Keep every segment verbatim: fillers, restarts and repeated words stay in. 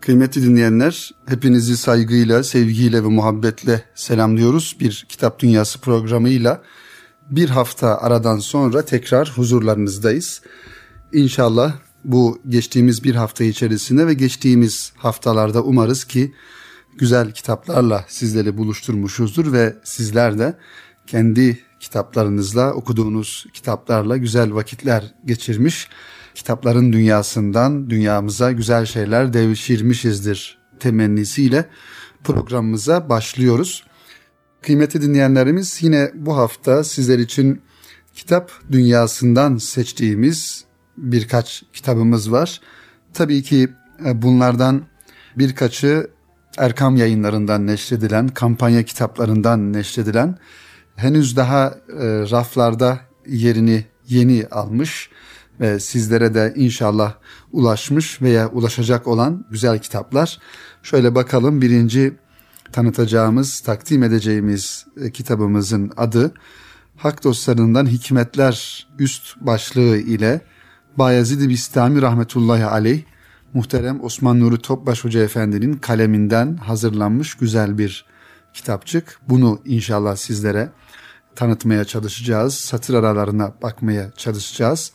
Kıymetli dinleyenler, hepinizi saygıyla, sevgiyle ve muhabbetle selamlıyoruz. Bir Kitap Dünyası programıyla bir hafta aradan sonra tekrar huzurlarınızdayız. İnşallah bu geçtiğimiz bir hafta içerisinde ve geçtiğimiz haftalarda umarız ki güzel kitaplarla sizleri buluşturmuşuzdur ve sizler de kendi kitaplarınızla, okuduğunuz kitaplarla güzel vakitler geçirmiş, kitapların dünyasından dünyamıza güzel şeyler devşirmişizdir temennisiyle programımıza başlıyoruz. Kıymetli dinleyenlerimiz, yine bu hafta sizler için kitap dünyasından seçtiğimiz birkaç kitabımız var. Tabii ki bunlardan birkaçı Erkam Yayınlarından neşredilen, kampanya kitaplarından neşredilen, henüz daha e, raflarda yerini yeni almış ve sizlere de inşallah ulaşmış veya ulaşacak olan güzel kitaplar. Şöyle bakalım, birinci tanıtacağımız, takdim edeceğimiz e, kitabımızın adı Hak Dostlarından Hikmetler üst başlığı ile Bayezid-i Bistami rahmetullahi aleyh, muhterem Osman Nuri Topbaş Hoca Efendi'nin kaleminden hazırlanmış güzel bir kitapçık. Bunu inşallah sizlere tanıtmaya çalışacağız. Satır aralarına bakmaya çalışacağız.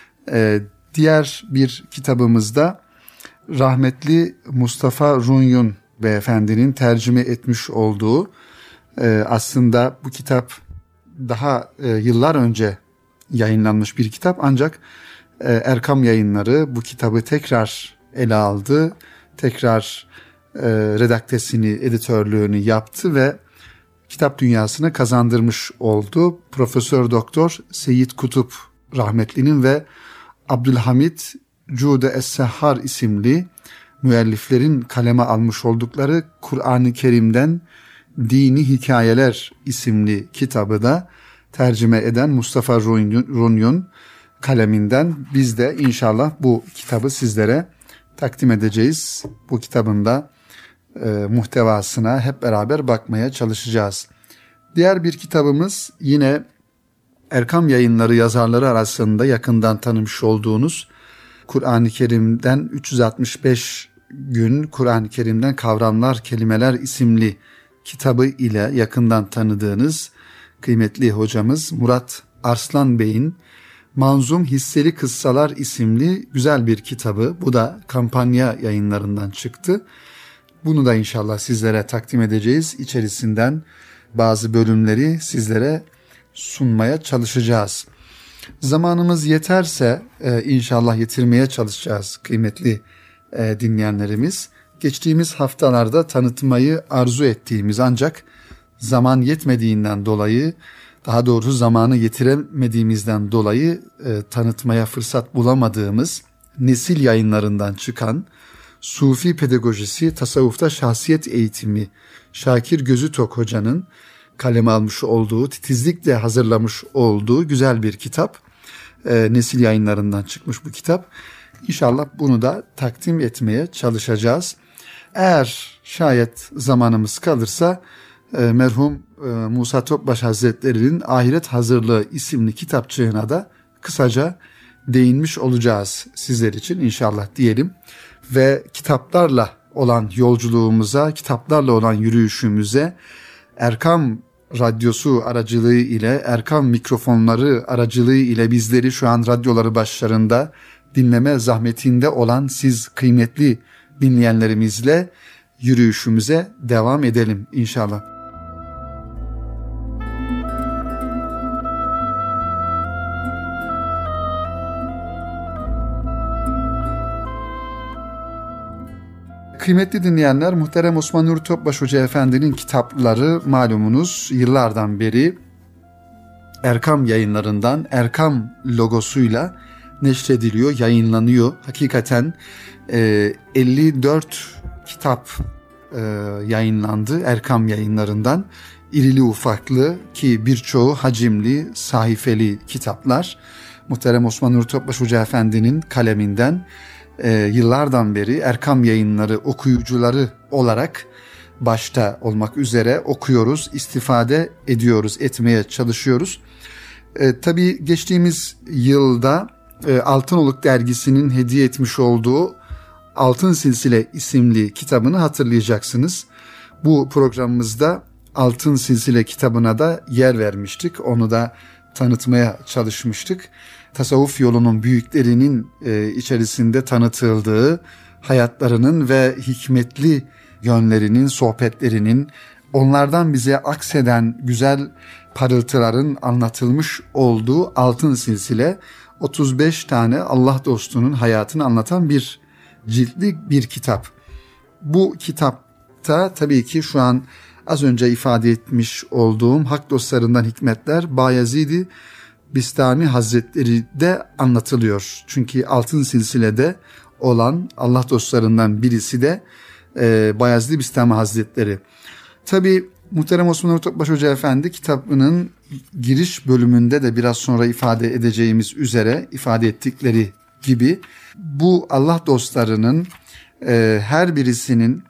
Ee, diğer bir kitabımızda rahmetli Mustafa Runyun Beyefendi'nin tercüme etmiş olduğu, e, aslında bu kitap daha e, yıllar önce yayınlanmış bir kitap, ancak e, Erkam Yayınları bu kitabı tekrar ele aldı, tekrar e, redaktesini, editörlüğünü yaptı ve kitap dünyasına kazandırmış oldu. Profesör Doktor Seyyid Kutup rahmetlinin ve Abdülhamit Cude Es-Sehhar isimli müelliflerin kaleme almış oldukları Kur'an-ı Kerim'den Dini Hikayeler isimli kitabı da tercüme eden Mustafa Runyun kaleminden biz de inşallah bu kitabı sizlere takdim edeceğiz. Bu kitabın da e, muhtevasına hep beraber bakmaya çalışacağız. Diğer bir kitabımız yine Erkam Yayınları yazarları arasında yakından tanımış olduğunuz Kur'an-ı Kerim'den üç yüz altmış beş gün Kur'an-ı Kerim'den Kavramlar, Kelimeler isimli kitabı ile yakından tanıdığınız kıymetli hocamız Murat Arslan Bey'in Manzum Hisseli Kıssalar isimli güzel bir kitabı. Bu da kampanya yayınlarından çıktı. Bunu da inşallah sizlere takdim edeceğiz. İçerisinden bazı bölümleri sizlere sunmaya çalışacağız. Zamanımız yeterse e, inşallah yetirmeye çalışacağız kıymetli e, dinleyenlerimiz. Geçtiğimiz haftalarda tanıtmayı arzu ettiğimiz ancak zaman yetmediğinden dolayı, daha doğrusu zamanı yetiremediğimizden dolayı e, tanıtmaya fırsat bulamadığımız Nesil Yayınlarından çıkan Sufi Pedagojisi, Tasavvufta Şahsiyet Eğitimi Şakir Gözütok Hoca'nın kaleme almış olduğu, titizlikle hazırlamış olduğu güzel bir kitap. E, Nesil Yayınlarından çıkmış bu kitap. İnşallah bunu da takdim etmeye çalışacağız. Eğer şayet zamanımız kalırsa e, merhum e, Musa Topbaş Hazretleri'nin Ahiret Hazırlığı isimli kitapçığına da kısaca değinmiş olacağız sizler için inşallah diyelim. Ve kitaplarla olan yolculuğumuza, kitaplarla olan yürüyüşümüze Erkam Radyosu aracılığı ile, Erkam mikrofonları aracılığı ile bizleri şu an radyoları başlarında dinleme zahmetinde olan siz kıymetli dinleyenlerimizle yürüyüşümüze devam edelim inşallah. Kıymetli dinleyenler, muhterem Osman Nuri Topbaş Hoca Efendi'nin kitapları malumunuz yıllardan beri Erkam Yayınlarından Erkam logosuyla neşrediliyor, yayınlanıyor. Hakikaten e, elli dört kitap e, yayınlandı Erkam Yayınlarından. İrili ufaklı ki birçoğu hacimli, sahifeli kitaplar. Muhterem Osman Nuri Topbaş Hoca Efendi'nin kaleminden e, yıllardan beri Erkam Yayınları okuyucuları olarak başta olmak üzere okuyoruz, istifade ediyoruz, etmeye çalışıyoruz. E, tabii geçtiğimiz yılda e, Altınoluk Dergisi'nin hediye etmiş olduğu Altın Silsile isimli kitabını hatırlayacaksınız. Bu programımızda Altın Silsile kitabına da yer vermiştik. Onu da tanıtmaya çalışmıştık. Tasavvuf yolunun büyüklerinin e, içerisinde tanıtıldığı hayatlarının ve hikmetli yönlerinin, sohbetlerinin, onlardan bize akseden güzel parıltıların anlatılmış olduğu Altın Silsile, otuz beş tane Allah dostunun hayatını anlatan bir ciltli bir kitap. Bu kitapta tabii ki şu an az önce ifade etmiş olduğum Hak Dostlarından Hikmetler Bayezid-i Bistami Hazretleri de anlatılıyor. Çünkü Altın Silsile'de olan Allah dostlarından birisi de e, Bayezid-i Bistami Hazretleri. Tabii muhterem Osman Nuri Topbaş Hoca Efendi kitabının giriş bölümünde de biraz sonra ifade edeceğimiz üzere ifade ettikleri gibi bu Allah dostlarının e, her birisinin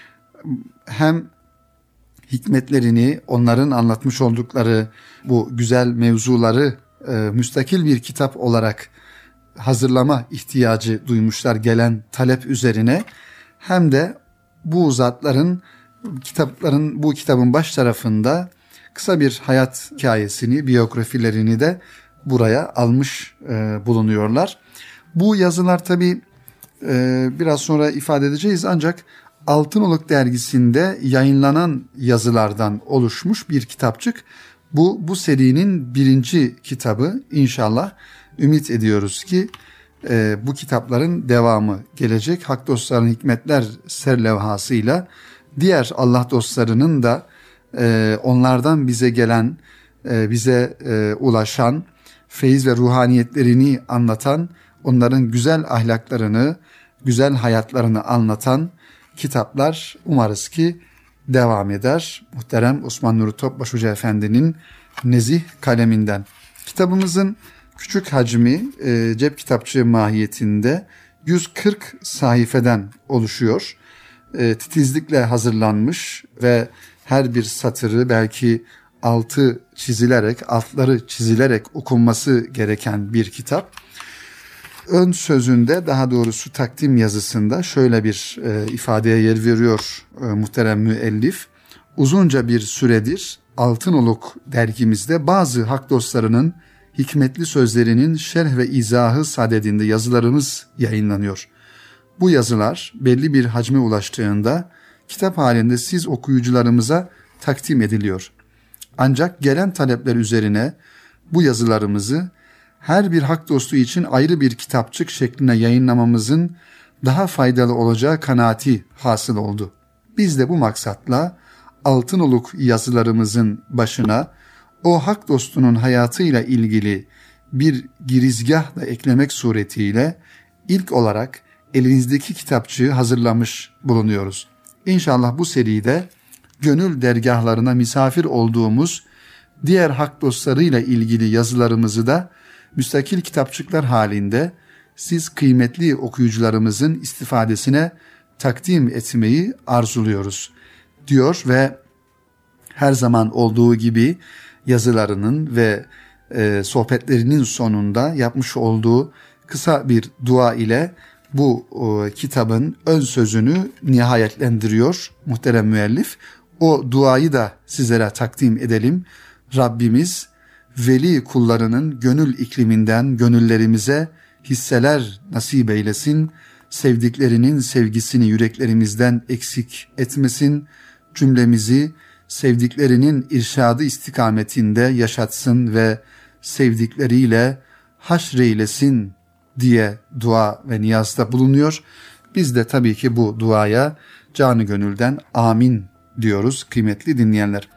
hem hikmetlerini, onların anlatmış oldukları bu güzel mevzuları e, müstakil bir kitap olarak hazırlama ihtiyacı duymuşlar gelen talep üzerine, hem de bu zatların kitapların bu kitabın baş tarafında kısa bir hayat hikayesini, biyografilerini de buraya almış e, bulunuyorlar. Bu yazılar tabii e, biraz sonra ifade edeceğiz, ancak Altınoluk dergisinde yayınlanan yazılardan oluşmuş bir kitapçık. Bu bu serinin birinci kitabı. İnşallah ümit ediyoruz ki e, bu kitapların devamı gelecek. Hak Dostlarının Hikmetler serlevhasıyla diğer Allah dostlarının da e, onlardan bize gelen, e, bize e, ulaşan feyiz ve ruhaniyetlerini anlatan, onların güzel ahlaklarını, güzel hayatlarını anlatan kitaplar umarız ki devam eder. Muhterem Osman Nuri Topbaş Hoca Efendi'nin nezih kaleminden. Kitabımızın küçük hacmi e, cep kitapçığı mahiyetinde yüz kırk sayfeden oluşuyor. E, titizlikle hazırlanmış ve her bir satırı belki altı çizilerek, altları çizilerek okunması gereken bir kitap. Ön sözünde, daha doğrusu takdim yazısında şöyle bir e, ifadeye yer veriyor e, muhterem müellif. Uzunca bir süredir Altınoluk dergimizde bazı hak dostlarının hikmetli sözlerinin şerh ve izahı sadedinde yazılarımız yayınlanıyor. Bu yazılar belli bir hacme ulaştığında kitap halinde siz okuyucularımıza takdim ediliyor. Ancak gelen talepler üzerine bu yazılarımızı her bir hak dostu için ayrı bir kitapçık şeklinde yayınlamamızın daha faydalı olacağı kanaati hasıl oldu. Biz de bu maksatla Altınoluk yazılarımızın başına o hak dostunun hayatıyla ilgili bir girizgah da eklemek suretiyle ilk olarak elinizdeki kitapçığı hazırlamış bulunuyoruz. İnşallah bu seride gönül dergahlarına misafir olduğumuz diğer hak dostlarıyla ilgili yazılarımızı da müstakil kitapçıklar halinde siz kıymetli okuyucularımızın istifadesine takdim etmeyi arzuluyoruz diyor ve her zaman olduğu gibi yazılarının ve e, sohbetlerinin sonunda yapmış olduğu kısa bir dua ile bu o, kitabın ön sözünü nihayetlendiriyor muhterem müellif. O duayı da sizlere takdim edelim. Rabbimiz veli kullarının gönül ikliminden gönüllerimize hisseler nasip eylesin. Sevdiklerinin sevgisini yüreklerimizden eksik etmesin. Cümlemizi sevdiklerinin irşadı istikametinde yaşatsın ve sevdikleriyle haşreylesin diye dua ve niyazda bulunuyor. Biz de tabii ki bu duaya canı gönülden amin diyoruz kıymetli dinleyenler.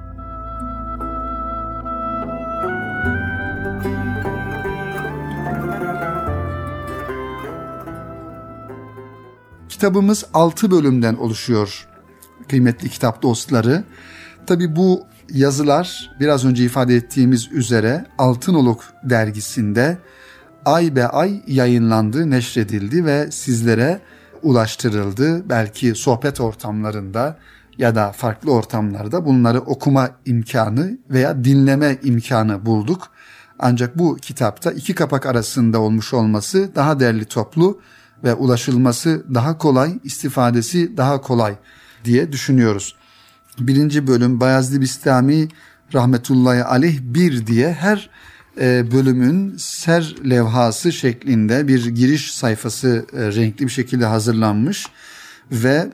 Kitabımız altı bölümden oluşuyor kıymetli kitap dostları. Tabii bu yazılar biraz önce ifade ettiğimiz üzere Altınoluk dergisinde ay be ay yayınlandı, neşredildi ve sizlere ulaştırıldı. Belki sohbet ortamlarında ya da farklı ortamlarda bunları okuma imkanı veya dinleme imkanı bulduk. Ancak bu kitapta iki kapak arasında olmuş olması daha derli toplu ve ulaşılması daha kolay, istifadesi daha kolay diye düşünüyoruz. Birinci bölüm Bayezid Bistami rahmetullahi aleyh bir diye her bölümün ser levhası şeklinde bir giriş sayfası renkli bir şekilde hazırlanmış ve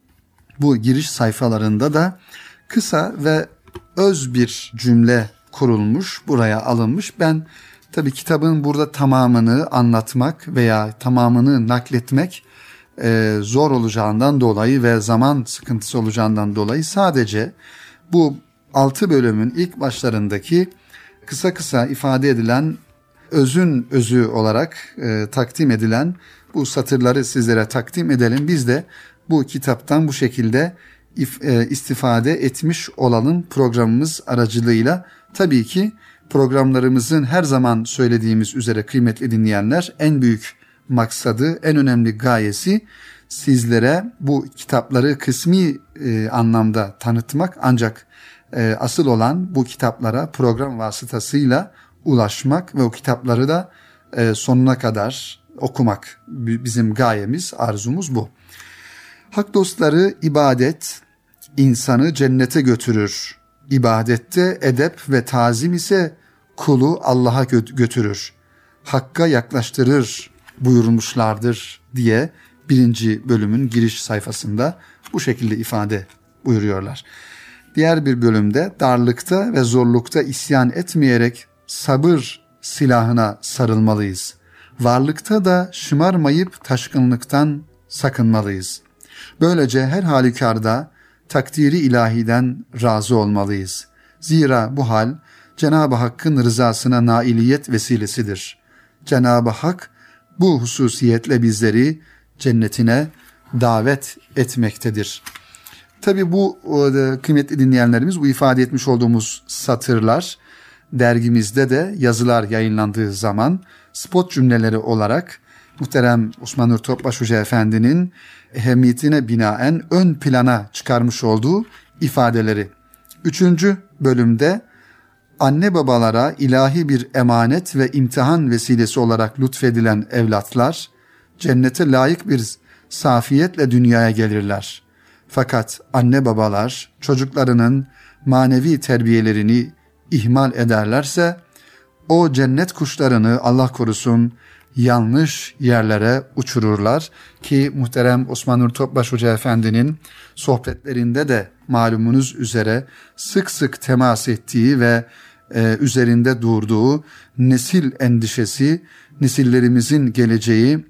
bu giriş sayfalarında da kısa ve öz bir cümle kurulmuş, buraya alınmış. Ben tabii kitabın burada tamamını anlatmak veya tamamını nakletmek e, zor olacağından dolayı ve zaman sıkıntısı olacağından dolayı sadece bu altı bölümün ilk başlarındaki kısa kısa ifade edilen özün özü olarak e, takdim edilen bu satırları sizlere takdim edelim. Biz de bu kitaptan bu şekilde if, e, istifade etmiş olalım programımız aracılığıyla. Tabii ki programlarımızın her zaman söylediğimiz üzere kıymetli dinleyenler en büyük maksadı, en önemli gayesi sizlere bu kitapları kısmi e, anlamda tanıtmak, ancak e, asıl olan bu kitaplara program vasıtasıyla ulaşmak ve o kitapları da e, sonuna kadar okumak. Bizim gayemiz, arzumuz bu. Hak dostları, ibadet insanı cennete götürür. İbadette edep ve tazim ise kulu Allah'a götürür. Hakka yaklaştırır buyurmuşlardır diye birinci bölümün giriş sayfasında bu şekilde ifade buyuruyorlar. Diğer bir bölümde darlıkta ve zorlukta isyan etmeyerek sabır silahına sarılmalıyız. Varlıkta da şımarmayıp taşkınlıktan sakınmalıyız. Böylece her halükarda takdiri ilahiden razı olmalıyız. Zira bu hal Cenab-ı Hakk'ın rızasına nailiyet vesilesidir. Cenab-ı Hak bu hususiyetle bizleri cennetine davet etmektedir. Tabii bu kıymetli dinleyenlerimiz, bu ifade etmiş olduğumuz satırlar dergimizde de yazılar yayınlandığı zaman spot cümleleri olarak muhterem Osman Nur Topbaş Hoca Efendi'nin ehemmiyetine binaen ön plana çıkarmış olduğu ifadeleri. Üçüncü bölümde anne babalara ilahi bir emanet ve imtihan vesilesi olarak lütfedilen evlatlar cennete layık bir safiyetle dünyaya gelirler. Fakat anne babalar çocuklarının manevi terbiyelerini ihmal ederlerse o cennet kuşlarını Allah korusun yanlış yerlere uçururlar ki muhterem Osman Nur Topbaş Hoca Efendi'nin sohbetlerinde de malumunuz üzere sık sık temas ettiği ve e, üzerinde durduğu nesil endişesi, nesillerimizin geleceği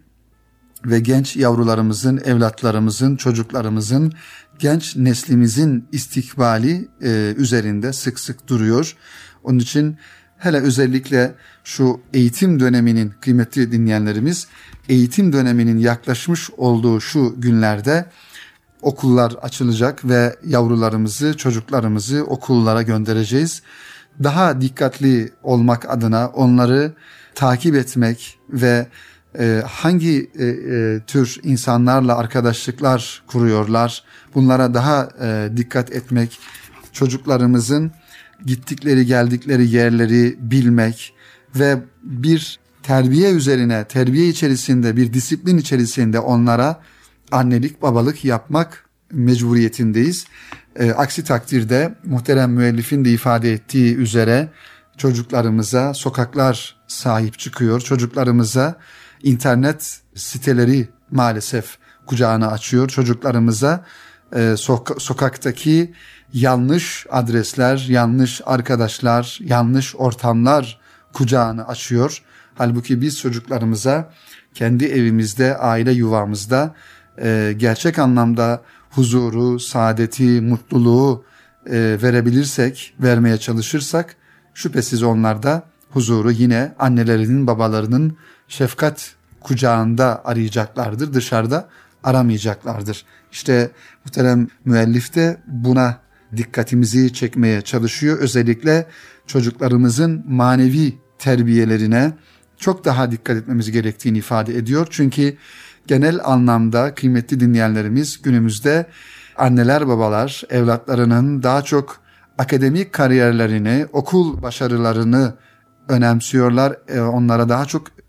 ve genç yavrularımızın, evlatlarımızın, çocuklarımızın, genç neslimizin istikbali e, üzerinde sık sık duruyor. Onun için hele özellikle şu eğitim döneminin, kıymetli dinleyenlerimiz, eğitim döneminin yaklaşmış olduğu şu günlerde okullar açılacak ve yavrularımızı, çocuklarımızı okullara göndereceğiz. Daha dikkatli olmak adına onları takip etmek ve e, hangi e, e, tür insanlarla arkadaşlıklar kuruyorlar, bunlara daha e, dikkat etmek, çocuklarımızın gittikleri geldikleri yerleri bilmek ve bir terbiye üzerine, terbiye içerisinde, bir disiplin içerisinde onlara annelik, babalık yapmak mecburiyetindeyiz. E, aksi takdirde muhterem müellifin de ifade ettiği üzere çocuklarımıza sokaklar sahip çıkıyor. Çocuklarımıza internet siteleri maalesef kucağına açıyor. Çocuklarımıza e, soka- sokaktaki yanlış adresler, yanlış arkadaşlar, yanlış ortamlar kucağını açıyor. Halbuki biz çocuklarımıza kendi evimizde, aile yuvamızda e, gerçek anlamda huzuru, saadeti, mutluluğu e, verebilirsek, vermeye çalışırsak şüphesiz onlar da huzuru yine annelerinin, babalarının şefkat kucağında arayacaklardır, dışarıda aramayacaklardır. İşte muhterem müellif de buna dikkatimizi çekmeye çalışıyor. Özellikle çocuklarımızın manevi terbiyelerine çok daha dikkat etmemiz gerektiğini ifade ediyor. Çünkü genel anlamda kıymetli dinleyenlerimiz günümüzde anneler babalar evlatlarının daha çok akademik kariyerlerini, okul başarılarını önemsiyorlar. Onlara daha çok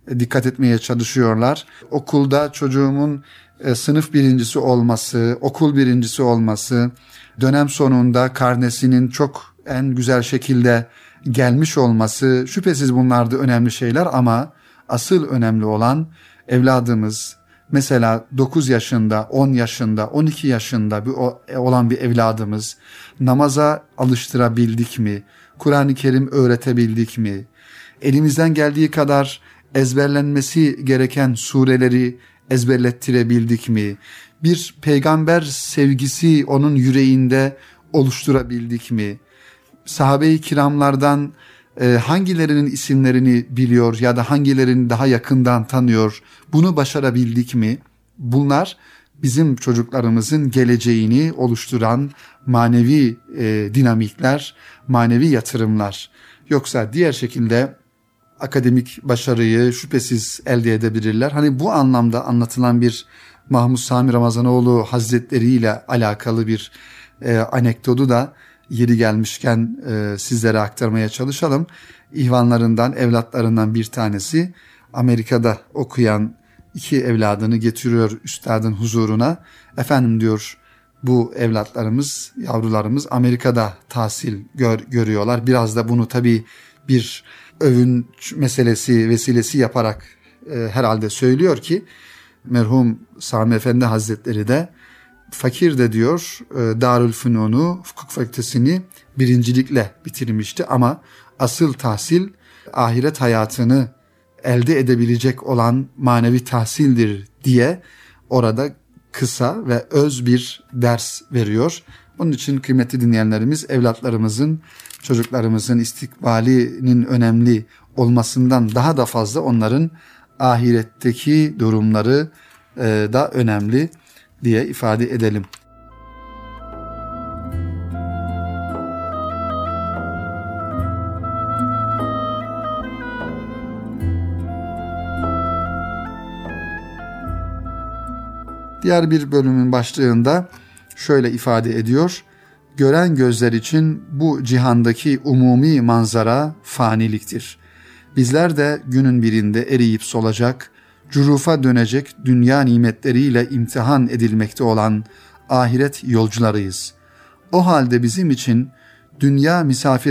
dikkat etmeye çalışıyorlar. Okulda çocuğumun e, sınıf birincisi olması, okul birincisi olması, dönem sonunda karnesinin çok en güzel şekilde gelmiş olması, şüphesiz bunlar da önemli şeyler ama asıl önemli olan evladımız mesela dokuz yaşında, on yaşında, on iki yaşında bir olan bir evladımız namaza alıştırabildik mi? Kur'an-ı Kerim öğretebildik mi? Elimizden geldiği kadar ezberlenmesi gereken sureleri ezberlettirebildik mi? Bir peygamber sevgisi onun yüreğinde oluşturabildik mi? Sahabe-i kiramlardan e, hangilerinin isimlerini biliyor ya da hangilerini daha yakından tanıyor? Bunu başarabildik mi? Bunlar bizim çocuklarımızın geleceğini oluşturan manevi e, dinamikler, manevi yatırımlar. Yoksa diğer şekilde akademik başarıyı şüphesiz elde edebilirler. Hani bu anlamda anlatılan bir Mahmud Sami Ramazanoğlu Hazretleri ile alakalı bir e, anekdotu da yeri gelmişken e, sizlere aktarmaya çalışalım. İhvanlarından, evlatlarından bir tanesi Amerika'da okuyan iki evladını getiriyor üstadın huzuruna. Efendim diyor, bu evlatlarımız, yavrularımız Amerika'da tahsil gör, görüyorlar. Biraz da bunu tabii bir övünç meselesi vesilesi yaparak e, herhalde söylüyor ki merhum Sami Efendi Hazretleri de fakir de diyor e, Darülfünun'u, hukuk fakültesini birincilikle bitirmişti ama asıl tahsil ahiret hayatını elde edebilecek olan manevi tahsildir diye orada kısa ve öz bir ders veriyor. Onun için kıymetli dinleyenlerimiz, evlatlarımızın, çocuklarımızın istikbalinin önemli olmasından daha da fazla onların ahiretteki durumları e, da önemli diye ifade edelim. Diğer bir bölümün başlığında şöyle ifade ediyor: gören gözler için bu cihandaki umumi manzara faniliktir. Bizler de günün birinde eriyip solacak, curufa dönecek dünya nimetleriyle imtihan edilmekte olan ahiret yolcularıyız. O halde bizim için dünya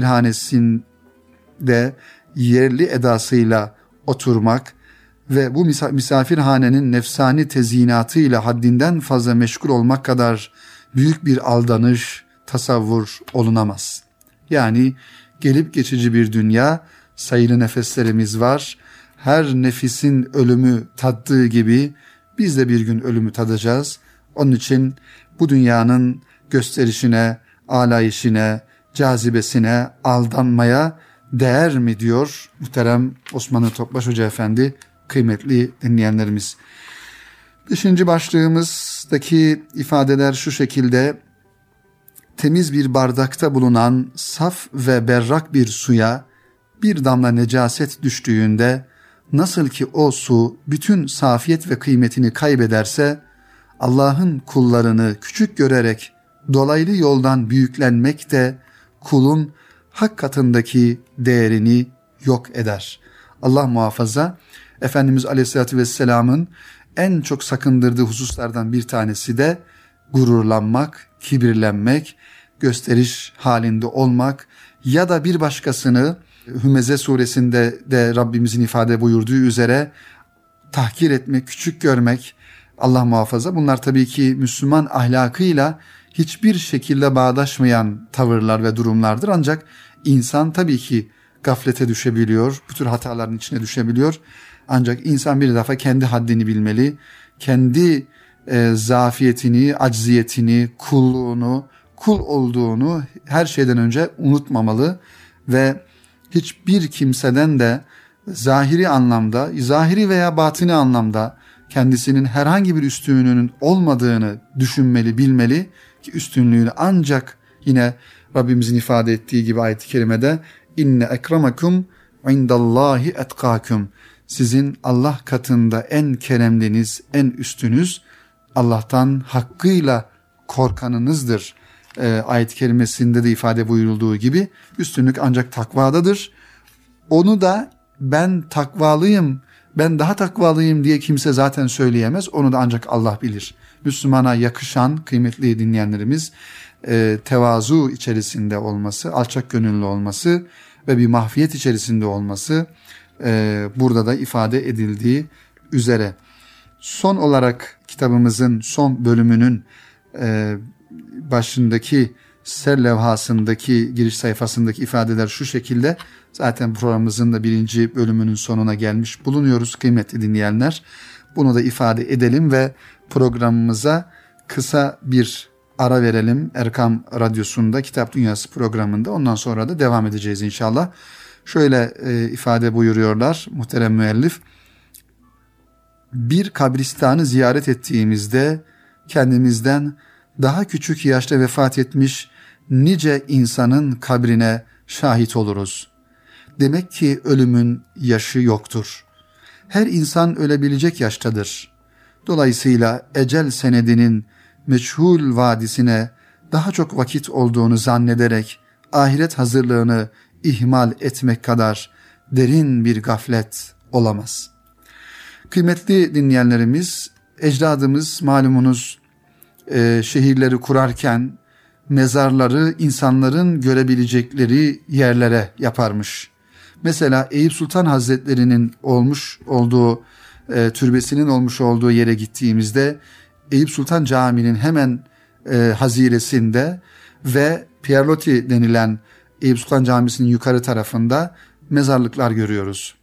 misafirhanesinde yerli edasıyla oturmak ve bu misafirhanenin nefsani tezyinatıyla haddinden fazla meşgul olmak kadar büyük bir aldanış tasavvur olunamaz. Yani gelip geçici bir dünya, sayılı nefeslerimiz var. Her nefisin ölümü tattığı gibi biz de bir gün ölümü tadacağız. Onun için bu dünyanın gösterişine, alayişine, cazibesine aldanmaya değer mi diyor muhterem Osmanlı Topbaş Hoca Efendi, kıymetli dinleyenlerimiz. Beşinci başlığımızdaki ifadeler şu şekilde: temiz bir bardakta bulunan saf ve berrak bir suya bir damla necaset düştüğünde nasıl ki o su bütün safiyet ve kıymetini kaybederse, Allah'ın kullarını küçük görerek dolaylı yoldan büyüklenmek de kulun hak katındaki değerini yok eder. Allah muhafaza. Efendimiz Aleyhisselatü Vesselam'ın en çok sakındırdığı hususlardan bir tanesi de gururlanmak, kibirlenmek, gösteriş halinde olmak ya da bir başkasını Hümeze suresinde de Rabbimizin ifade buyurduğu üzere tahkir etmek, küçük görmek, Allah muhafaza. Bunlar tabii ki Müslüman ahlakıyla hiçbir şekilde bağdaşmayan tavırlar ve durumlardır. Ancak insan tabii ki gaflete düşebiliyor, bu tür hataların içine düşebiliyor. Ancak insan bir defa kendi haddini bilmeli, kendi e, zafiyetini, acziyetini, kulluğunu, kul olduğunu her şeyden önce unutmamalı ve hiçbir kimseden de zahiri anlamda, zahiri veya batini anlamda kendisinin herhangi bir üstünlüğünün olmadığını düşünmeli, bilmeli ki üstünlüğünü ancak yine Rabbimizin ifade ettiği gibi ayet-i kerimede inne ekremakum indallahi etkâkum, sizin Allah katında en keremliniz, en üstünüz Allah'tan hakkıyla korkanınızdır. E, ayet-i kerimesinde de ifade buyurulduğu gibi üstünlük ancak takvadadır. Onu da ben takvalıyım, Ben daha takvalıyım diye kimse zaten söyleyemez. Onu da ancak Allah bilir. Müslümana yakışan kıymetli dinleyenlerimiz e, tevazu içerisinde olması, alçak gönüllü olması ve bir mahfiyet içerisinde olması e, burada da ifade edildiği üzere. Son olarak kitabımızın son bölümünün e, başındaki ser levhasındaki giriş sayfasındaki ifadeler şu şekilde. Zaten programımızın da birinci bölümünün sonuna gelmiş bulunuyoruz kıymetli dinleyenler. Bunu da ifade edelim ve programımıza kısa bir ara verelim. Erkam Radyosu'nda Kitap Dünyası programında. Ondan sonra da devam edeceğiz inşallah. Şöyle e, ifade buyuruyorlar muhterem müellif. Bir kabristanı ziyaret ettiğimizde kendimizden daha küçük yaşta vefat etmiş nice insanın kabrine şahit oluruz. Demek ki ölümün yaşı yoktur. Her insan ölebilecek yaştadır. Dolayısıyla ecel senedinin meçhul vadisine daha çok vakit olduğunu zannederek ahiret hazırlığını ihmal etmek kadar derin bir gaflet olamaz. Kıymetli dinleyenlerimiz, ecdadımız malumunuz e, şehirleri kurarken mezarları insanların görebilecekleri yerlere yaparmış. Mesela Eyüp Sultan Hazretleri'nin olmuş olduğu, e, türbesinin olmuş olduğu yere gittiğimizde Eyüp Sultan Camii'nin hemen e, haziresinde ve Pierlotti denilen Eyüp Sultan Camisi'nin yukarı tarafında mezarlıklar görüyoruz.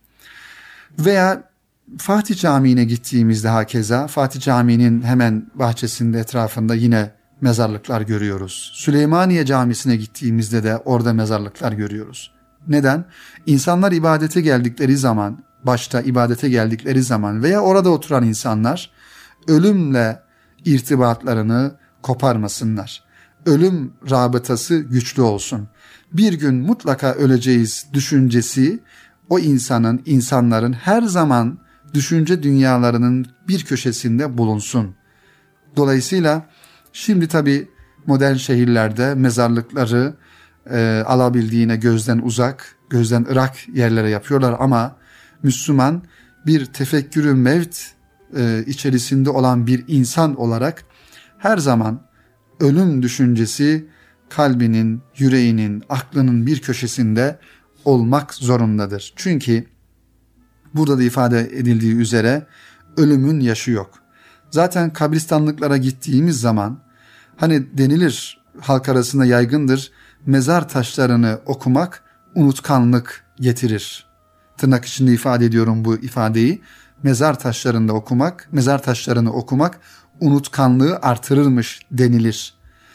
Veya Fatih Camii'ne gittiğimizde hakeza Fatih Camii'nin hemen bahçesinde etrafında yine mezarlıklar görüyoruz. Süleymaniye Camisi'ne gittiğimizde de orada mezarlıklar görüyoruz. Neden? İnsanlar ibadete geldikleri zaman, başta ibadete geldikleri zaman veya orada oturan insanlar ölümle irtibatlarını koparmasınlar. Ölüm rabıtası güçlü olsun. Bir gün mutlaka öleceğiz düşüncesi o insanın, insanların her zaman düşünce dünyalarının bir köşesinde bulunsun. Dolayısıyla şimdi tabii modern şehirlerde mezarlıkları e, alabildiğine gözden uzak, gözden ırak yerlere yapıyorlar ama Müslüman bir tefekkürü mevt e, içerisinde olan bir insan olarak her zaman ölüm düşüncesi kalbinin, yüreğinin, aklının bir köşesinde olmak zorundadır. Çünkü burada da ifade edildiği üzere ölümün yaşı yok. Zaten kabristanlıklara gittiğimiz zaman hani denilir, halk arasında yaygındır, mezar taşlarını okumak unutkanlık getirir. Tırnak içinde ifade ediyorum bu ifadeyi. Mezar taşlarında okumak, mezar taşlarını okumak unutkanlığı artırırmış denilir.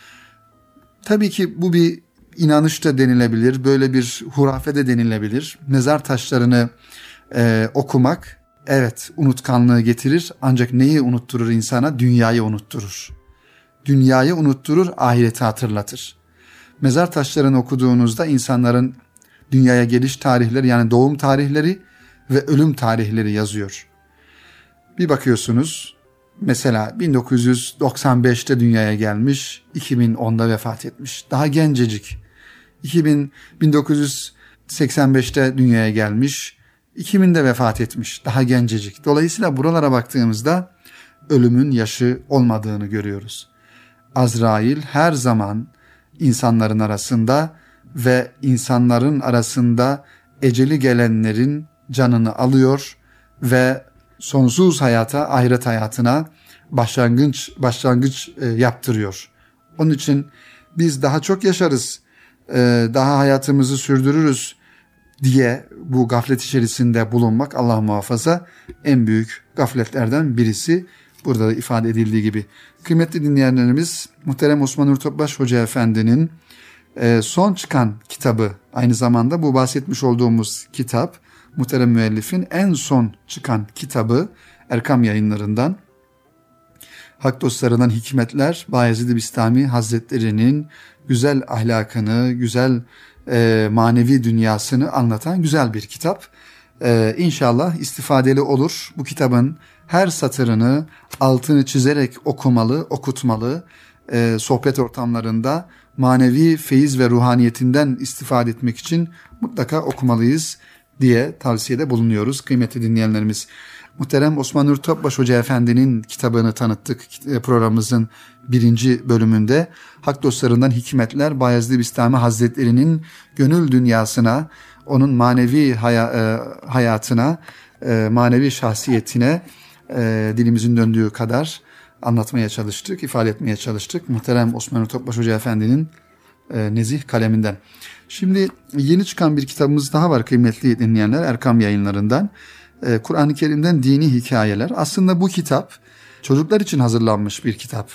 Tabii ki bu bir inanış da denilebilir, böyle bir hurafe de denilebilir. Mezar taşlarını e, okumak evet unutkanlığı getirir ancak neyi unutturur insana? Dünyayı unutturur. Dünyayı unutturur, ahireti hatırlatır. Mezar taşlarını okuduğunuzda insanların dünyaya geliş tarihleri yani doğum tarihleri ve ölüm tarihleri yazıyor. Bir bakıyorsunuz mesela bin dokuz yüz doksan beşte dünyaya gelmiş, iki bin onda vefat etmiş. Daha gencecik. bin dokuz yüz seksen beşte dünyaya gelmiş, iki binde vefat etmiş. Daha gencecik. Dolayısıyla buralara baktığımızda ölümün yaşı olmadığını görüyoruz. Azrail her zaman insanların arasında ve insanların arasında eceli gelenlerin canını alıyor ve sonsuz hayata, ahiret hayatına başlangıç başlangıç e, yaptırıyor. Onun için biz daha çok yaşarız, e, daha hayatımızı sürdürürüz diye bu gaflet içerisinde bulunmak Allah muhafaza en büyük gafletlerden birisi. Burada da ifade edildiği gibi. Kıymetli dinleyenlerimiz, muhterem Osman Nur Topbaş Hoca Efendi'nin e, son çıkan kitabı, aynı zamanda bu bahsetmiş olduğumuz kitap, muhterem müellifin en son çıkan kitabı Erkam Yayınları'ndan. Hak dostlarından hikmetler, Bayezid-i Bistami Hazretleri'nin güzel ahlakını, güzel e, manevi dünyasını anlatan güzel bir kitap. E, İnşallah istifadeli olur. Bu kitabın her satırını altını çizerek okumalı, okutmalı. E, sohbet ortamlarında manevi feyiz ve ruhaniyetinden istifade etmek için mutlaka okumalıyız diye tavsiyede bulunuyoruz kıymetli dinleyenlerimiz. Muhterem Osman Nuri Topbaş Hoca Efendi'nin kitabını tanıttık programımızın birinci bölümünde. Hak dostlarından hikmetler Bayezid Bistami Hazretleri'nin gönül dünyasına, onun manevi haya, e, hayatına, e, manevi şahsiyetine e, dilimizin döndüğü kadar anlatmaya çalıştık, ifade etmeye çalıştık. Muhterem Osman Nuri Topbaş Hoca Efendi'nin e, nezih kaleminden. Şimdi yeni çıkan bir kitabımız daha var kıymetli dinleyenler, Erkam Yayınları'ndan. Ee, Kur'an-ı Kerim'den dini hikayeler. Aslında bu kitap çocuklar için hazırlanmış bir kitap.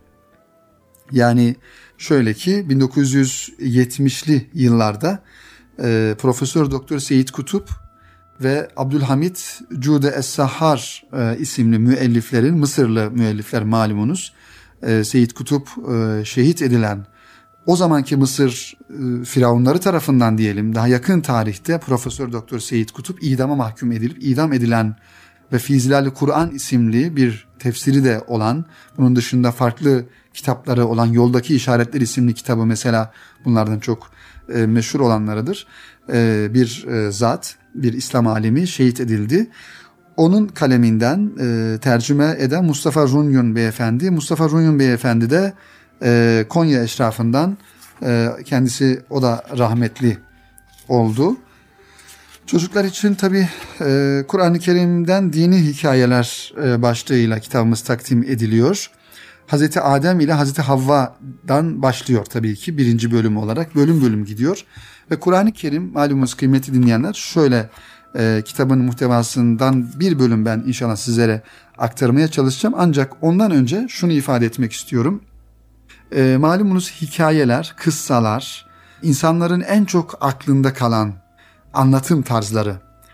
Yani şöyle ki bin dokuz yüz yetmişli yıllarda e, Profesör Doktor Seyit Kutup ve Abdülhamit Cude Es-Sahhar e, isimli müelliflerin, Mısırlı müellifler malumunuz, e, Seyit Kutup e, şehit edilen, o zamanki Mısır e, firavunları tarafından diyelim, daha yakın tarihte Profesör Doktor Seyit Kutup idama mahkum edilip idam edilen ve Fizilal-i Kur'an isimli bir tefsiri de olan, bunun dışında farklı kitapları olan Yoldaki İşaretler isimli kitabı mesela bunlardan çok e, meşhur olanlarıdır. E, bir e, zat, bir İslam alimi şehit edildi. Onun kaleminden e, tercüme eden Mustafa Runyun Beyefendi. Mustafa Runyun Beyefendi de e, Konya eşrafından, e, kendisi o da rahmetli oldu. Çocuklar için tabii e, Kur'an-ı Kerim'den dini hikayeler e, başlığıyla kitabımız takdim ediliyor. Hazreti Adem ile Hazreti Havva'dan başlıyor tabii ki birinci bölüm olarak. Bölüm bölüm gidiyor. Ve Kur'an-ı Kerim malumunuz kıymetli dinleyenler şöyle e, kitabın muhtevasından bir bölüm ben inşallah sizlere aktarmaya çalışacağım. Ancak ondan önce şunu ifade etmek istiyorum. E, malumunuz hikayeler, kıssalar insanların en çok aklında kalan anlatım tarzları.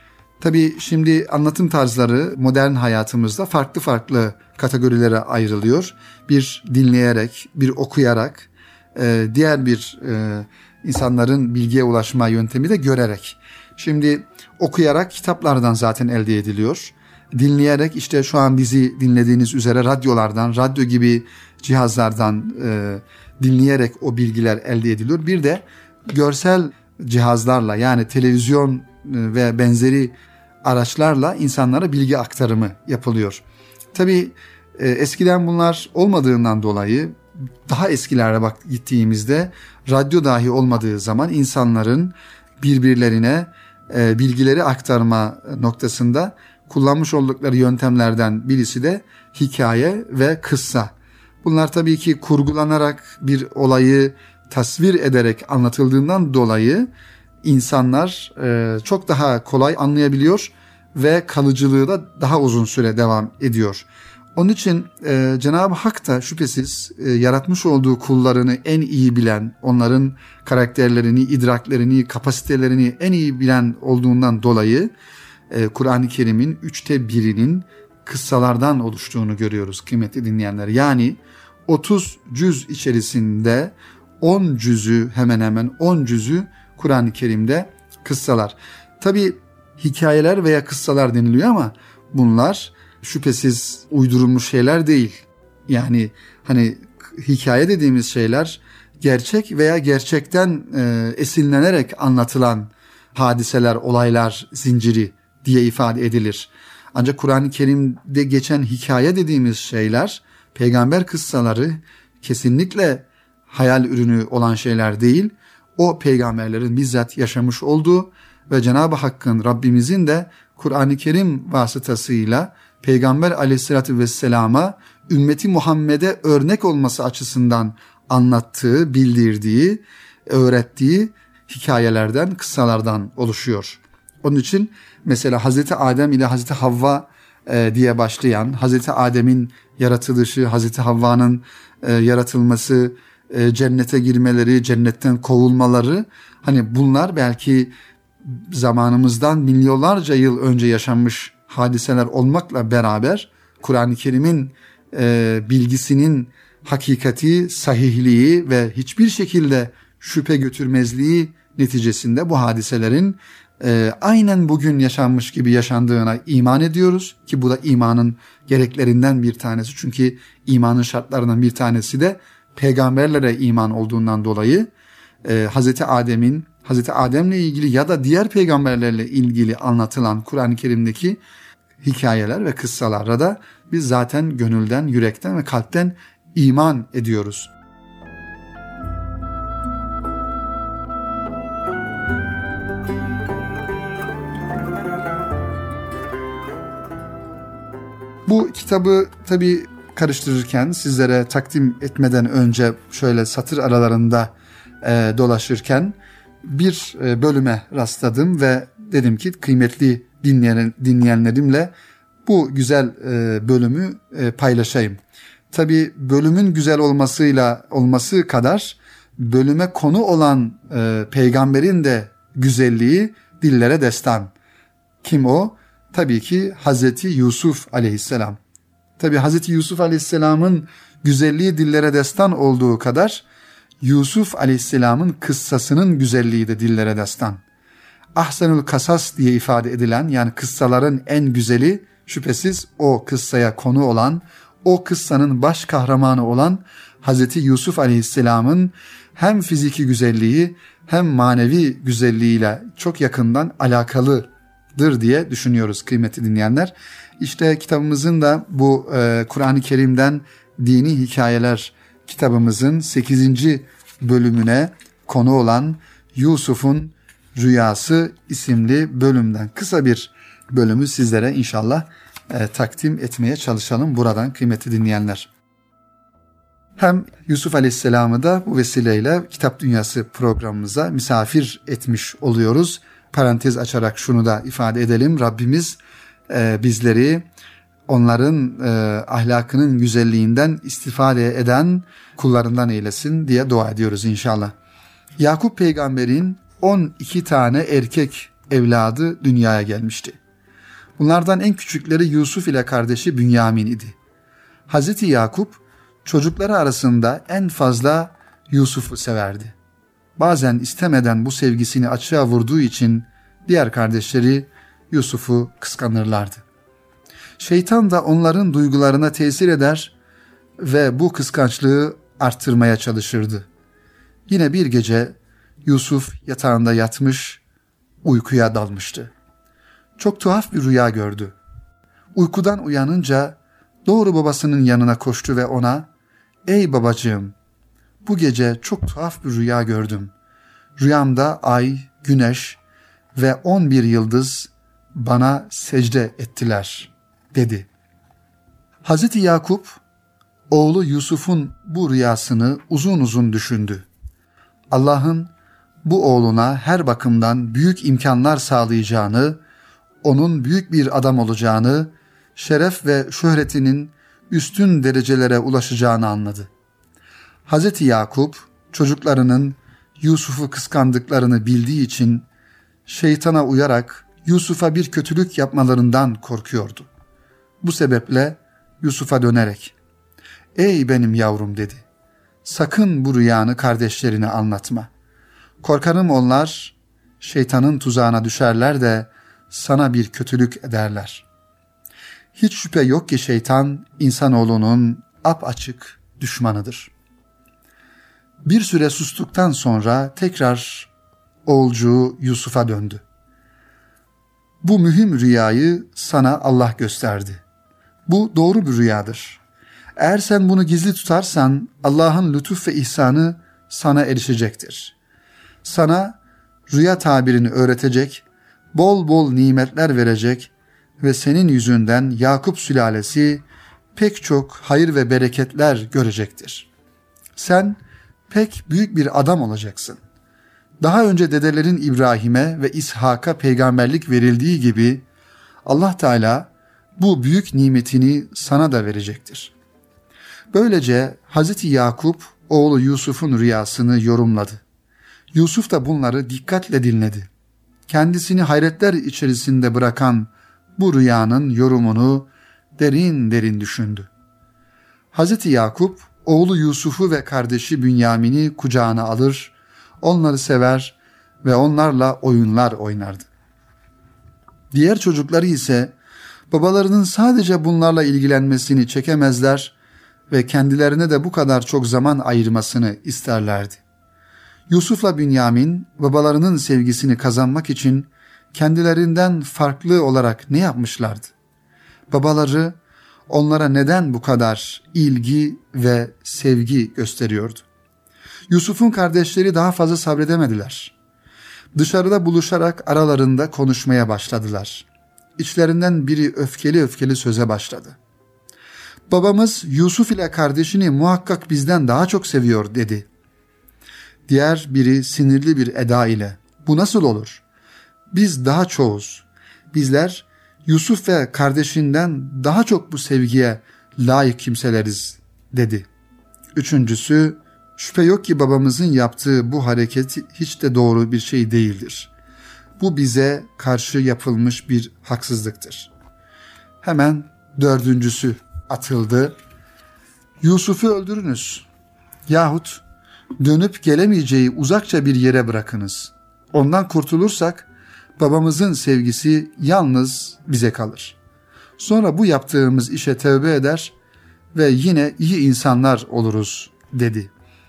Tabii şimdi anlatım tarzları modern hayatımızda farklı farklı kategorilere ayrılıyor. Bir dinleyerek, bir okuyarak, e, diğer bir e, insanların bilgiye ulaşma yöntemi de görerek. Şimdi okuyarak kitaplardan zaten elde ediliyor. Dinleyerek işte şu an bizi dinlediğiniz üzere radyolardan, radyo gibi cihazlardan e, dinleyerek o bilgiler elde ediliyor. Bir de görsel cihazlarla yani televizyon ve benzeri araçlarla insanlara bilgi aktarımı yapılıyor. Tabii e, eskiden bunlar olmadığından dolayı daha eskilere bak gittiğimizde radyo dahi olmadığı zaman insanların birbirlerine e, bilgileri aktarma noktasında kullanmış oldukları yöntemlerden birisi de hikaye ve kıssa. Bunlar tabii ki kurgulanarak bir olayı tasvir ederek anlatıldığından dolayı insanlar e, çok daha kolay anlayabiliyor ve kalıcılığı da daha uzun süre devam ediyor. Onun için e, Cenab-ı Hak da şüphesiz e, yaratmış olduğu kullarını en iyi bilen, onların karakterlerini, idraklerini, kapasitelerini en iyi bilen olduğundan dolayı e, Kur'an-ı Kerim'in üçte birinin kıssalardan oluştuğunu görüyoruz kıymetli dinleyenler. Yani otuz cüz içerisinde on cüzü hemen hemen on cüzü Kur'an-ı Kerim'de kıssalar. Tabii hikayeler veya kıssalar deniliyor ama bunlar şüphesiz uydurulmuş şeyler değil. Yani hani hikaye dediğimiz şeyler gerçek veya gerçekten e, esinlenerek anlatılan hadiseler, olaylar zinciri diye ifade edilir. Ancak Kur'an-ı Kerim'de geçen hikaye dediğimiz şeyler, peygamber kıssaları kesinlikle hayal ürünü olan şeyler değil. O peygamberlerin bizzat yaşamış olduğu ve Cenab-ı Hakk'ın, Rabbimizin de Kur'an-ı Kerim vasıtasıyla Peygamber Aleyhisselatü Vesselam'a ümmeti Muhammed'e örnek olması açısından anlattığı, bildirdiği, öğrettiği hikayelerden, kıssalardan oluşuyor. Onun için mesela Hazreti Adem ile Hazreti Havva e, diye başlayan, Hazreti Adem'in yaratılışı, Hazreti Havva'nın e, yaratılması, e, cennete girmeleri, cennetten kovulmaları, hani bunlar belki zamanımızdan milyonlarca yıl önce yaşanmış hadiseler olmakla beraber Kur'an-ı Kerim'in e, bilgisinin hakikati, sahihliği ve hiçbir şekilde şüphe götürmezliği neticesinde bu hadiselerin e, aynen bugün yaşanmış gibi yaşandığına iman ediyoruz ki bu da imanın gereklerinden bir tanesi. Çünkü imanın şartlarından bir tanesi de peygamberlere iman olduğundan dolayı e, Hazreti Adem'in Hazreti Adem'le ilgili ya da diğer peygamberlerle ilgili anlatılan Kur'an-ı Kerim'deki hikayeler ve kıssalara da biz zaten gönülden, yürekten ve kalpten iman ediyoruz. Bu kitabı tabii karıştırırken, sizlere takdim etmeden önce şöyle satır aralarında e, dolaşırken bir e, bölüme rastladım ve dedim ki kıymetli dinleyen, dinleyenlerimle bu güzel e, bölümü e, paylaşayım. Tabii bölümün güzel olmasıyla olması kadar bölüme konu olan e, peygamberin de güzelliği dillere destan. Kim o? Tabii ki Hazreti Yusuf aleyhisselam. Tabii Hazreti Yusuf aleyhisselamın güzelliği dillere destan olduğu kadar Yusuf aleyhisselamın kıssasının güzelliği de dillere destan. Ahsenül kasas diye ifade edilen, yani kıssaların en güzeli şüphesiz o kıssaya konu olan, o kıssanın baş kahramanı olan Hazreti Yusuf aleyhisselamın hem fiziki güzelliği hem manevi güzelliğiyle çok yakından alakalıdır diye düşünüyoruz kıymetli dinleyenler. İşte kitabımızın da bu e, Kur'an-ı Kerim'den Dini Hikayeler kitabımızın sekizinci bölümüne konu olan Yusuf'un Rüyası isimli bölümden kısa bir bölümü sizlere inşallah e, takdim etmeye çalışalım buradan kıymetli dinleyenler. Hem Yusuf Aleyhisselam'ı da bu vesileyle Kitap Dünyası programımıza misafir etmiş oluyoruz. Parantez açarak şunu da ifade edelim. Rabbimiz e, bizleri onların e, ahlakının güzelliğinden istifade eden kullarından eylesin diye dua ediyoruz inşallah. Yakup peygamberin on iki tane erkek evladı dünyaya gelmişti. Bunlardan en küçükleri Yusuf ile kardeşi Bünyamin idi. Hazreti Yakup çocukları arasında en fazla Yusuf'u severdi. Bazen istemeden bu sevgisini açığa vurduğu için diğer kardeşleri Yusuf'u kıskanırlardı. Şeytan da onların duygularına tesir eder ve bu kıskançlığı arttırmaya çalışırdı. Yine bir gece Yusuf yatağında yatmış, uykuya dalmıştı. Çok tuhaf bir rüya gördü. Uykudan uyanınca doğru babasının yanına koştu ve ona, "Ey babacığım, bu gece çok tuhaf bir rüya gördüm. Rüyamda ay, güneş ve on bir yıldız bana secde ettiler," dedi. Hazreti Yakup, oğlu Yusuf'un bu rüyasını uzun uzun düşündü. Allah'ın bu oğluna her bakımdan büyük imkanlar sağlayacağını, onun büyük bir adam olacağını, şeref ve şöhretinin üstün derecelere ulaşacağını anladı. Hazreti Yakup, çocuklarının Yusuf'u kıskandıklarını bildiği için şeytana uyarak Yusuf'a bir kötülük yapmalarından korkuyordu. Bu sebeple Yusuf'a dönerek, "Ey benim yavrum," dedi, "sakın bu rüyanı kardeşlerine anlatma. Korkarım onlar şeytanın tuzağına düşerler de sana bir kötülük ederler." Hiç şüphe yok ki şeytan insanoğlunun apaçık düşmanıdır. Bir süre sustuktan sonra tekrar oğulcuğu Yusuf'a döndü. "Bu mühim rüyayı sana Allah gösterdi. Bu doğru bir rüyadır. Eğer sen bunu gizli tutarsan Allah'ın lütuf ve ihsanı sana erişecektir. Sana rüya tabirini öğretecek, bol bol nimetler verecek ve senin yüzünden Yakup sülalesi pek çok hayır ve bereketler görecektir. Sen pek büyük bir adam olacaksın. Daha önce dedelerin İbrahim'e ve İshak'a peygamberlik verildiği gibi Allah Teala bu büyük nimetini sana da verecektir." Böylece Hazreti Yakup oğlu Yusuf'un rüyasını yorumladı. Yusuf da bunları dikkatle dinledi. Kendisini hayretler içerisinde bırakan bu rüyanın yorumunu derin derin düşündü. Hazreti Yakup oğlu Yusuf'u ve kardeşi Bünyamin'i kucağına alır, onları sever ve onlarla oyunlar oynardı. Diğer çocukları ise babalarının sadece bunlarla ilgilenmesini çekemezler ve kendilerine de bu kadar çok zaman ayırmasını isterlerdi. Yusuf'la Bünyamin babalarının sevgisini kazanmak için kendilerinden farklı olarak ne yapmışlardı? Babaları onlara neden bu kadar ilgi ve sevgi gösteriyordu? Yusuf'un kardeşleri daha fazla sabredemediler. Dışarıda buluşarak aralarında konuşmaya başladılar. İçlerinden biri öfkeli öfkeli söze başladı. Babamız Yusuf ile kardeşini muhakkak bizden daha çok seviyor dedi. Diğer biri sinirli bir eda ile bu nasıl olur? Biz daha çoğuz. Bizler Yusuf ve kardeşinden daha çok bu sevgiye layık kimseleriz dedi. Üçüncüsü, şüphe yok ki babamızın yaptığı bu hareket hiç de doğru bir şey değildir. Bu bize karşı yapılmış bir haksızlıktır. Hemen dördüncüsü atıldı. Yusuf'u öldürünüz yahut dönüp gelemeyeceği uzakça bir yere bırakınız. Ondan kurtulursak babamızın sevgisi yalnız bize kalır. Sonra bu yaptığımız işe tövbe eder ve yine iyi insanlar oluruz dedi.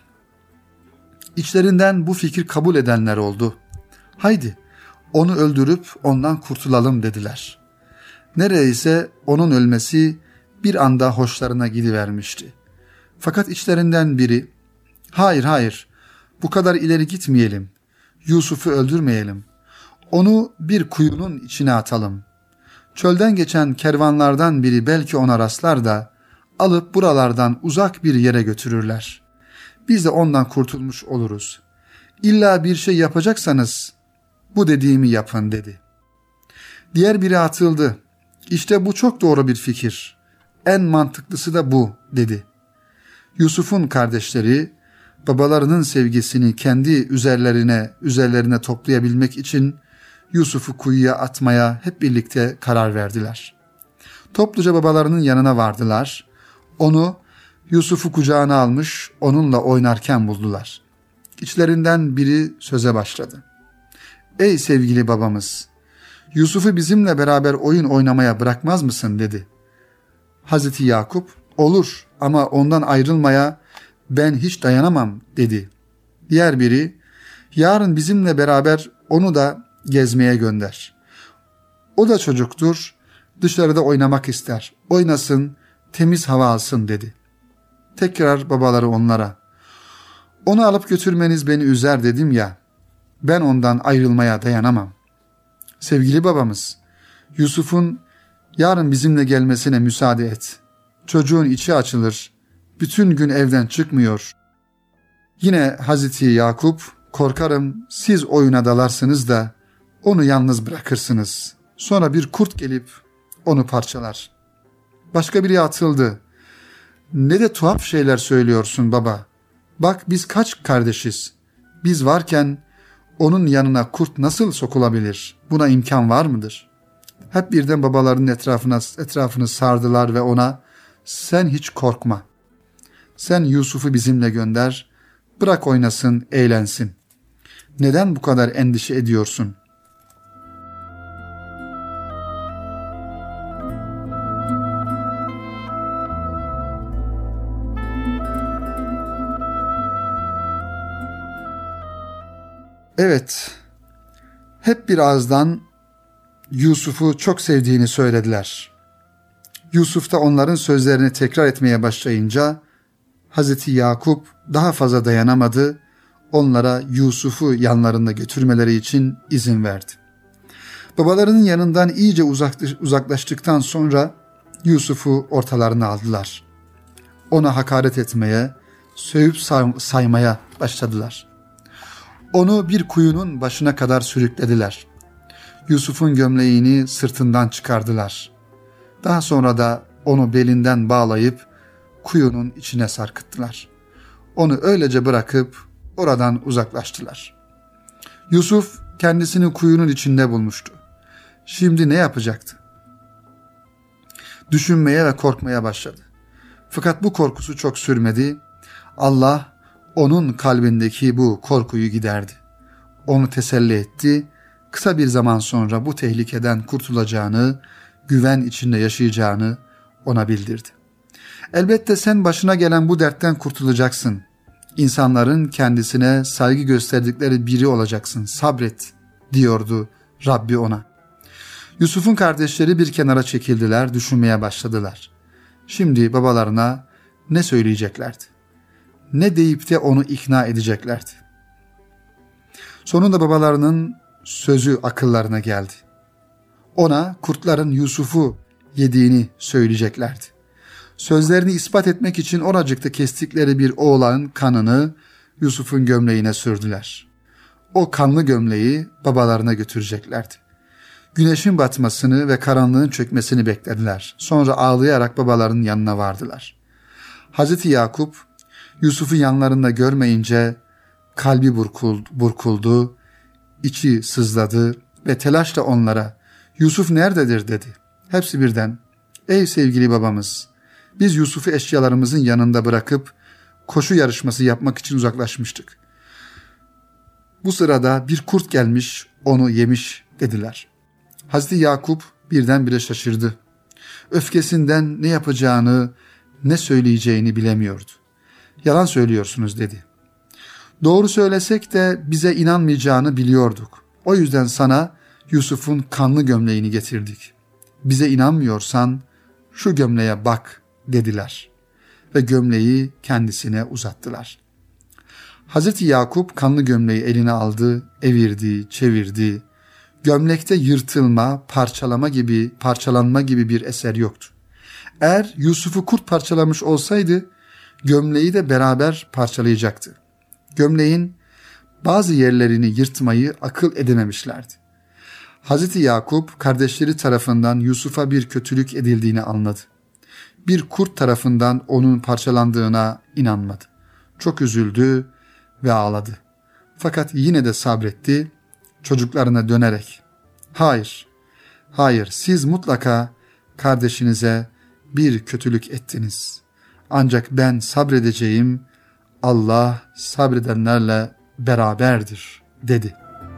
İçlerinden bu fikir kabul edenler oldu. Haydi onu öldürüp ondan kurtulalım dediler. Neredeyse onun ölmesi bir anda hoşlarına gidivermişti. Fakat içlerinden biri, hayır hayır bu kadar ileri gitmeyelim, Yusuf'u öldürmeyelim, onu bir kuyunun içine atalım. Çölden geçen kervanlardan biri belki ona rastlar da alıp buralardan uzak bir yere götürürler. Biz de ondan kurtulmuş oluruz. İlla bir şey yapacaksanız bu dediğimi yapın dedi. Diğer biri atıldı. İşte bu çok doğru bir fikir. En mantıklısı da bu dedi. Yusuf'un kardeşleri babalarının sevgisini kendi üzerlerine üzerlerine toplayabilmek için Yusuf'u kuyuya atmaya hep birlikte karar verdiler. Topluca babalarının yanına vardılar. Onu Yusuf'u kucağına almış onunla oynarken buldular. İçlerinden biri söze başladı. Ey sevgili babamız, Yusuf'u bizimle beraber oyun oynamaya bırakmaz mısın dedi. Hazreti Yakup, olur ama ondan ayrılmaya ben hiç dayanamam dedi. Diğer biri, yarın bizimle beraber onu da gezmeye gönder. O da çocuktur, dışarıda oynamak ister. Oynasın, temiz hava alsın dedi. Tekrar babaları onlara, onu alıp götürmeniz beni üzer dedim ya, ben ondan ayrılmaya dayanamam. Sevgili babamız, Yusuf'un yarın bizimle gelmesine müsaade et. Çocuğun içi açılır, bütün gün evden çıkmıyor. Yine Hazreti Yakup, korkarım siz oyuna dalarsınız da onu yalnız bırakırsınız. Sonra bir kurt gelip onu parçalar. Başka biri atıldı. Ne de tuhaf şeyler söylüyorsun baba. Bak biz kaç kardeşiz. Biz varken onun yanına kurt nasıl sokulabilir? Buna imkan var mıdır? Hep birden babalarının etrafına, etrafını sardılar ve ona sen hiç korkma. Sen Yusuf'u bizimle gönder, bırak oynasın, eğlensin. Neden bu kadar endişe ediyorsun? Evet, hep bir ağızdan Yusuf'u çok sevdiğini söylediler. Yusuf da onların sözlerini tekrar etmeye başlayınca Hazreti Yakup daha fazla dayanamadı, onlara Yusuf'u yanlarında götürmeleri için izin verdi. Babalarının yanından iyice uzaklaştıktan sonra Yusuf'u ortalarına aldılar. Ona hakaret etmeye, sövüp saymaya başladılar. Onu bir kuyunun başına kadar sürüklediler. Yusuf'un gömleğini sırtından çıkardılar. Daha sonra da onu belinden bağlayıp kuyunun içine sarkıttılar. Onu öylece bırakıp oradan uzaklaştılar. Yusuf kendisini kuyunun içinde bulmuştu. Şimdi ne yapacaktı? Düşünmeye ve korkmaya başladı. Fakat bu korkusu çok sürmedi. Allah onun kalbindeki bu korkuyu giderdi. Onu teselli etti. Kısa bir zaman sonra bu tehlikeden kurtulacağını, güven içinde yaşayacağını ona bildirdi. Elbette sen başına gelen bu dertten kurtulacaksın. İnsanların kendisine saygı gösterdikleri biri olacaksın, sabret diyordu Rabbi ona. Yusuf'un kardeşleri bir kenara çekildiler, düşünmeye başladılar. Şimdi babalarına ne söyleyeceklerdi? Ne deyip de onu ikna edeceklerdi? Sonunda babalarının sözü akıllarına geldi. Ona kurtların Yusuf'u yediğini söyleyeceklerdi. Sözlerini ispat etmek için oracıkta kestikleri bir oğlanın kanını Yusuf'un gömleğine sürdüler. O kanlı gömleği babalarına götüreceklerdi. Güneşin batmasını ve karanlığın çökmesini beklediler. Sonra ağlayarak babalarının yanına vardılar. Hazreti Yakup Yusuf'u yanlarında görmeyince kalbi burkuldu, burkuldu, içi sızladı ve telaşla onlara "Yusuf nerededir?" dedi. Hepsi birden "Ey sevgili babamız, biz Yusuf'u eşyalarımızın yanında bırakıp koşu yarışması yapmak için uzaklaşmıştık. Bu sırada bir kurt gelmiş, onu yemiş" dediler. Hazreti Yakup birdenbire şaşırdı. Öfkesinden ne yapacağını, ne söyleyeceğini bilemiyordu. "Yalan söylüyorsunuz" dedi. "Doğru söylesek de bize inanmayacağını biliyorduk. O yüzden sana Yusuf'un kanlı gömleğini getirdik. Bize inanmıyorsan şu gömleğe bak" dediler. Ve gömleği kendisine uzattılar. Hazreti Yakup kanlı gömleği eline aldı, evirdi, çevirdi. Gömlekte yırtılma, parçalama gibi, parçalanma gibi bir eser yoktu. Eğer Yusuf'u kurt parçalamış olsaydı, gömleği de beraber parçalayacaktı. Gömleğin bazı yerlerini yırtmayı akıl edememişlerdi. Hazreti Yakup kardeşleri tarafından Yusuf'a bir kötülük edildiğini anladı. Bir kurt tarafından onun parçalandığına inanmadı. Çok üzüldü ve ağladı. Fakat yine de sabretti, çocuklarına dönerek "Hayır, hayır siz mutlaka kardeşinize bir kötülük ettiniz. Ancak ben sabredeceğim, Allah sabredenlerle beraberdir" dedi.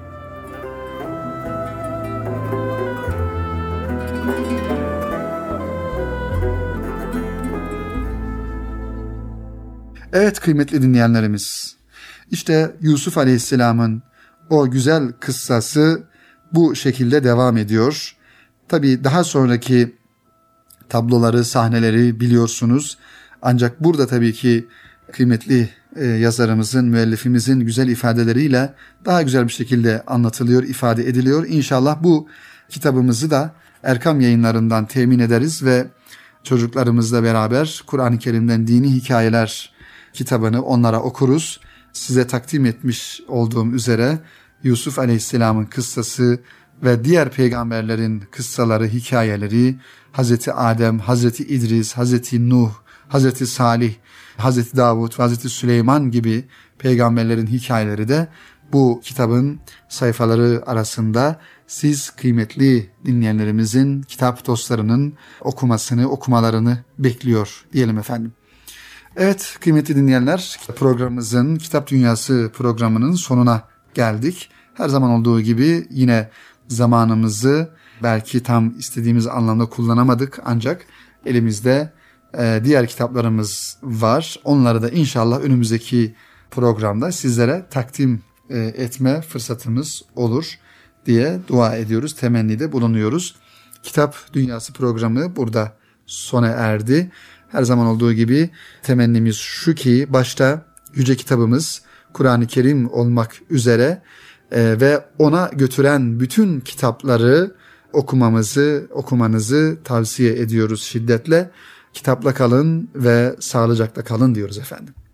Evet kıymetli dinleyenlerimiz, işte Yusuf Aleyhisselam'ın o güzel kıssası bu şekilde devam ediyor. Tabii daha sonraki tabloları, sahneleri biliyorsunuz. Ancak burada tabii ki kıymetli e, yazarımızın, müellifimizin güzel ifadeleriyle daha güzel bir şekilde anlatılıyor, ifade ediliyor. İnşallah bu kitabımızı da Erkam Yayınları'ndan temin ederiz ve çocuklarımızla beraber Kur'an-ı Kerim'den dini hikayeler kitabını onlara okuruz. Size takdim etmiş olduğum üzere Yusuf Aleyhisselam'ın kıssası ve diğer peygamberlerin kıssaları, hikayeleri, Hazreti Adem, Hazreti İdris, Hazreti Nuh, Hazreti Salih, Hazreti Davud ve Hazreti Süleyman gibi peygamberlerin hikayeleri de bu kitabın sayfaları arasında siz kıymetli dinleyenlerimizin, kitap dostlarının okumasını, okumalarını bekliyor diyelim efendim. Evet kıymetli dinleyenler, programımızın Kitap Dünyası programının sonuna geldik. Her zaman olduğu gibi yine zamanımızı belki tam istediğimiz anlamda kullanamadık ancak elimizde e, diğer kitaplarımız var. Onları da inşallah önümüzdeki programda sizlere takdim e, etme fırsatımız olur diye dua ediyoruz, temennide bulunuyoruz. Kitap Dünyası programı burada sona erdi. Her zaman olduğu gibi temennimiz şu ki başta yüce kitabımız Kur'an-ı Kerim olmak üzere e, ve ona götüren bütün kitapları okumamızı, okumanızı tavsiye ediyoruz şiddetle. Kitapla kalın ve sağlıcakla kalın diyoruz efendim.